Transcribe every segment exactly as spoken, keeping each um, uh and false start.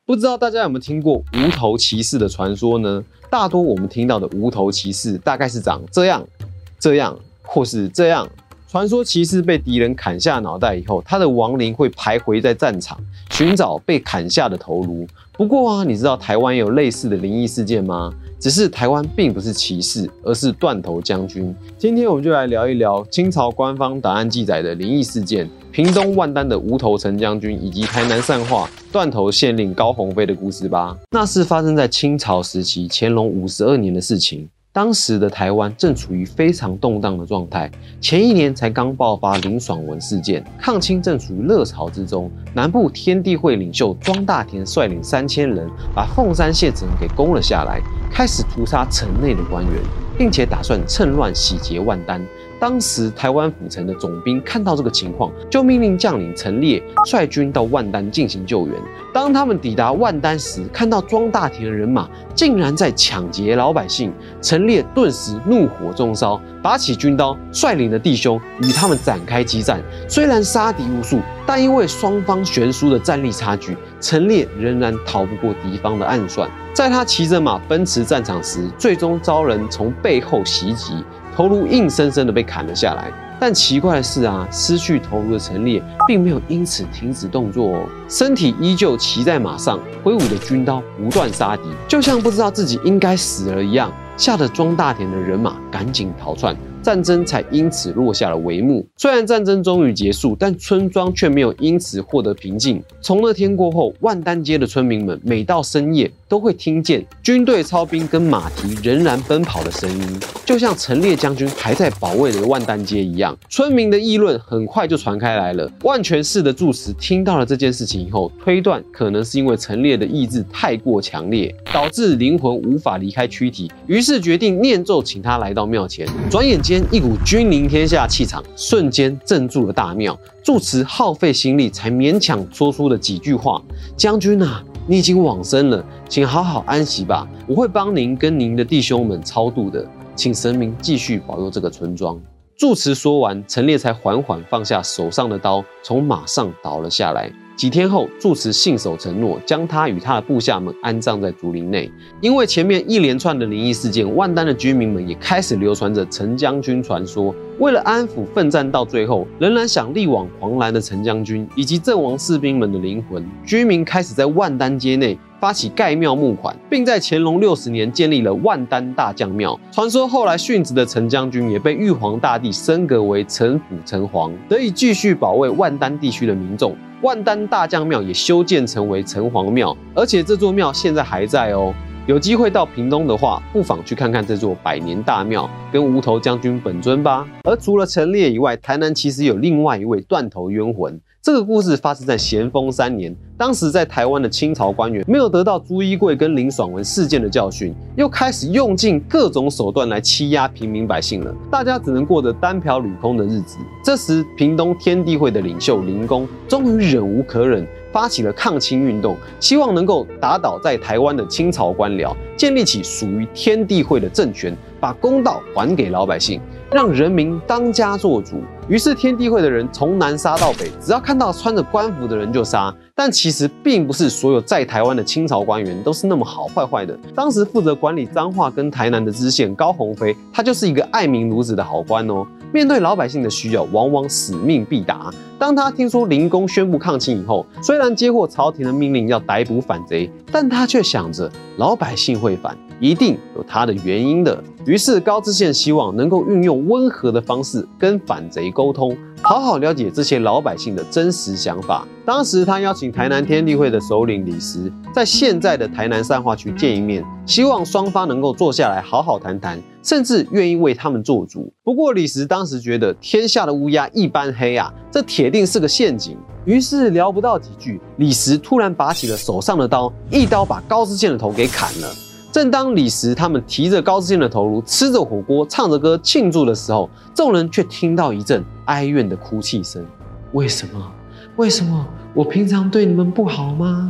不知道大家有没有听过无头骑士的传说呢？大多我们听到的无头骑士大概是长这样、这样，或是这样。传说骑士被敌人砍下脑袋以后，他的亡灵会徘徊在战场，寻找被砍下的头颅。不过啊，你知道台湾也有类似的灵异事件吗？只是台湾并不是骑士，而是断头将军。今天我们就来聊一聊清朝官方档案记载的灵异事件，屏东万丹的无头陈将军，以及台南善化断头县令高鸿飞的故事吧。那是发生在清朝时期乾隆五十二年的事情。当时的台湾正处于非常动荡的状态，前一年才刚爆发林爽文事件，抗清正处于热潮之中。南部天地会领袖庄大田率领三千人，把凤山县城给攻了下来，开始屠杀城内的官员，并且打算趁乱洗劫万丹。当时台湾府城的总兵看到这个情况，就命令将领陈烈率军到万丹进行救援。当他们抵达万丹时，看到庄大田的人马竟然在抢劫老百姓，陈烈顿时怒火中烧，拔起军刀，率领的弟兄与他们展开激战。虽然杀敌无数，但因为双方悬殊的战力差距，陈烈仍然逃不过敌方的暗算。在他骑着马奔驰战场时，最终遭人从背后袭击，头颅硬生生的被砍了下来。但奇怪的是啊，失去头颅的陈烈并没有因此停止动作哦，身体依旧骑在马上，挥舞着军刀不断杀敌，就像不知道自己应该死了一样，吓得庄大田的人马赶紧逃窜。战争才因此落下了帷幕。虽然战争终于结束，但村庄却没有因此获得平静。从那天过后，万丹街的村民们每到深夜都会听见军队操兵跟马蹄仍然奔跑的声音，就像陈烈将军还在保卫着万丹街一样。村民的议论很快就传开来了。万全氏的住持听到了这件事情以后，推断可能是因为陈烈的意志太过强烈，导致灵魂无法离开躯体，于是决定念咒请他来到庙前。转眼间，一股君临天下气场瞬间镇住了大庙，住持耗费心力才勉强说出了几句话：“将军啊，你已经往生了，请好好安息吧，我会帮您跟您的弟兄们超度的，请神明继续保佑这个村庄。”住持说完，陈烈才缓缓放下手上的刀，从马上倒了下来。几天后，住持信守承诺，将他与他的部下们安葬在竹林内。因为前面一连串的灵异事件，万丹的居民们也开始流传着陈将军传说。为了安抚奋战到最后仍然想力挽狂澜的陈将军以及阵亡士兵们的灵魂，居民开始在万丹街内发起盖庙募款，并在乾隆六十年建立了万丹大将庙。传说后来殉职的陈将军也被玉皇大帝升格为陈府城隍，得以继续保卫万丹地区的民众。万丹大将庙也修建成为城隍庙，而且这座庙现在还在哦。有机会到屏东的话，不妨去看看这座百年大庙跟无头将军本尊吧。而除了陈烈以外，台南其实有另外一位断头冤魂。这个故事发生在咸丰三年，当时在台湾的清朝官员没有得到朱一贵跟林爽文事件的教训，又开始用尽各种手段来欺压平民百姓了，大家只能过着单瓢履空的日子。这时，屏东天地会的领袖林公终于忍无可忍，发起了抗清运动，希望能够打倒在台湾的清朝官僚，建立起属于天地会的政权，把公道还给老百姓，让人民当家作主。于是天地会的人从南杀到北，只要看到穿着官服的人就杀。但其实并不是所有在台湾的清朝官员都是那么好坏坏的。当时负责管理彰化跟台南的知县高鸿飞，他就是一个爱民如子的好官哦。面对老百姓的需要，往往使命必达。当他听说林公宣布抗清以后，虽然接获朝廷的命令要逮捕反贼，但他却想着老百姓会反，一定有他的原因的。于是高知县希望能够运用温和的方式跟反贼沟通，好好了解这些老百姓的真实想法。当时他邀请台南天地会的首领李时，在现在的台南善化区见一面，希望双方能够坐下来好好谈谈，甚至愿意为他们做主。不过李时当时觉得天下的乌鸦一般黑啊，这铁定是个陷阱。于是聊不到几句，李时突然拔起了手上的刀，一刀把高知县的头给砍了。正当李时他们提着高知县的头颅，吃着火锅，唱着歌庆祝的时候，众人却听到一阵哀怨的哭泣声。为什么？为什么？我平常对你们不好吗？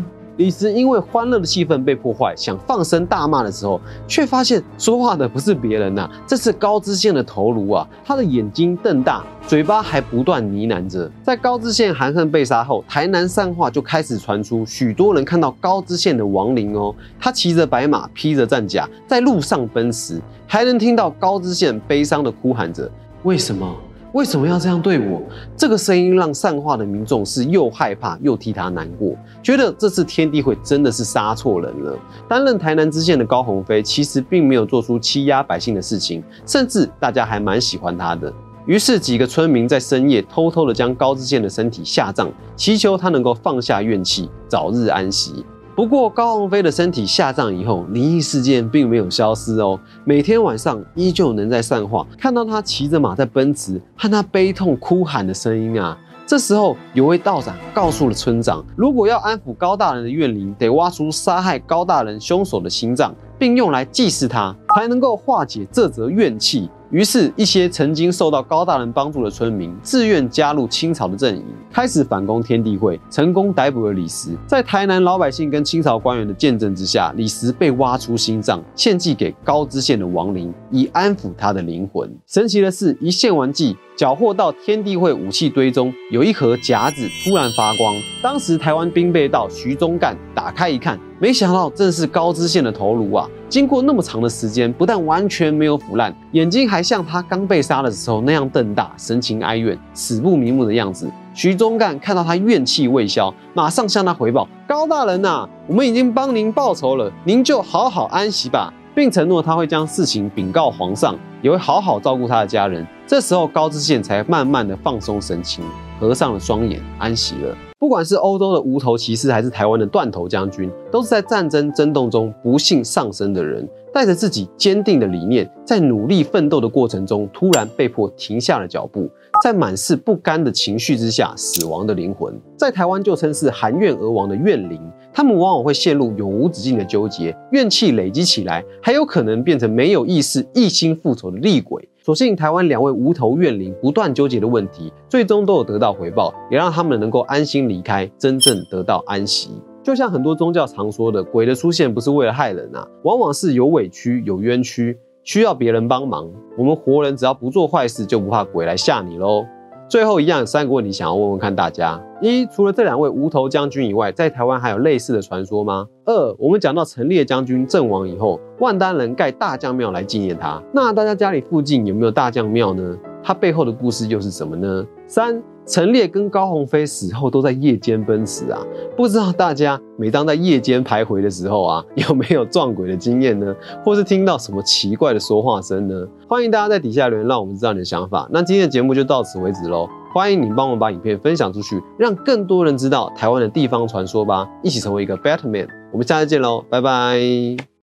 李石因为欢乐的气氛被破坏，想放声大骂的时候，却发现说话的不是别人呐、啊，这是高知县的头颅啊！他的眼睛瞪大，嘴巴还不断呢喃着。在高知县韩恨被杀后，台南善化就开始传出许多人看到高知县的亡灵哦，他骑着白马，披着战甲，在路上奔驰，还能听到高知县悲伤的哭喊着：“为什么？为什么要这样对我？”这个声音让善化的民众是又害怕又替他难过，觉得这次天地会真的是杀错人了。担任台南知县的高鸿飞其实并没有做出欺压百姓的事情，甚至大家还蛮喜欢他的。于是几个村民在深夜偷偷的将高知县的身体下葬，祈求他能够放下怨气，早日安息。不过高鸿飞的身体下葬以后，灵异事件并没有消失哦，每天晚上依旧能在善化看到他骑着马在奔驰，和他悲痛哭喊的声音啊。这时候有位道长告诉了村长，如果要安抚高大人的怨灵，得挖出杀害高大人凶手的心脏，并用来祭祀他，才能够化解这则怨气。于是，一些曾经受到高大人帮助的村民自愿加入清朝的阵营，开始反攻天地会，成功逮捕了李石。在台南老百姓跟清朝官员的见证之下，李石被挖出心脏，献祭给高知县的亡灵，以安抚他的灵魂。神奇的是，一献完祭，缴获到天地会武器堆中有一盒夹子突然发光。当时台湾兵备道徐宗干打开一看，没想到正是高知县的头颅啊！经过那么长的时间，不但完全没有腐烂，眼睛还像他刚被杀的时候那样瞪大，神情哀怨、死不瞑目的样子。徐宗干看到他怨气未消，马上向他回报：“高大人啊，我们已经帮您报仇了，您就好好安息吧。”并承诺他会将事情禀告皇上，也会好好照顾他的家人。这时候高知县才慢慢的放松神情，合上了双眼，安息了。不管是欧洲的无头骑士，还是台湾的断头将军，都是在战争争斗中不幸丧生的人，带着自己坚定的理念，在努力奋斗的过程中，突然被迫停下了脚步，在满是不甘的情绪之下死亡的灵魂，在台湾就称是含怨而亡的怨灵。他们往往会陷入永无止境的纠结，怨气累积起来，还有可能变成没有意识、一心复仇的厉鬼。所幸台湾两位无头怨灵不断纠结的问题，最终都有得到回报，也让他们能够安心离开，真正得到安息。就像很多宗教常说的，鬼的出现不是为了害人啊，往往是有委屈、有冤屈，需要别人帮忙。我们活人只要不做坏事，就不怕鬼来吓你咯。最后一样有三个问题想要问问看大家：一，除了这两位无头将军以外，在台湾还有类似的传说吗？二，我们讲到陈烈将军阵亡以后，万丹人盖大将庙来纪念他，那大家家里附近有没有大将庙呢？它背后的故事又是什么呢？三，陈烈跟高鸿飞死后都在夜间奔驰啊，不知道大家每当在夜间徘徊的时候啊，有没有撞鬼的经验呢？或是听到什么奇怪的说话声呢？欢迎大家在底下留言，让我们知道你的想法。那今天的节目就到此为止咯，欢迎你帮我把影片分享出去，让更多人知道台湾的地方传说吧，一起成为一个 better man。我们下次见咯，拜拜。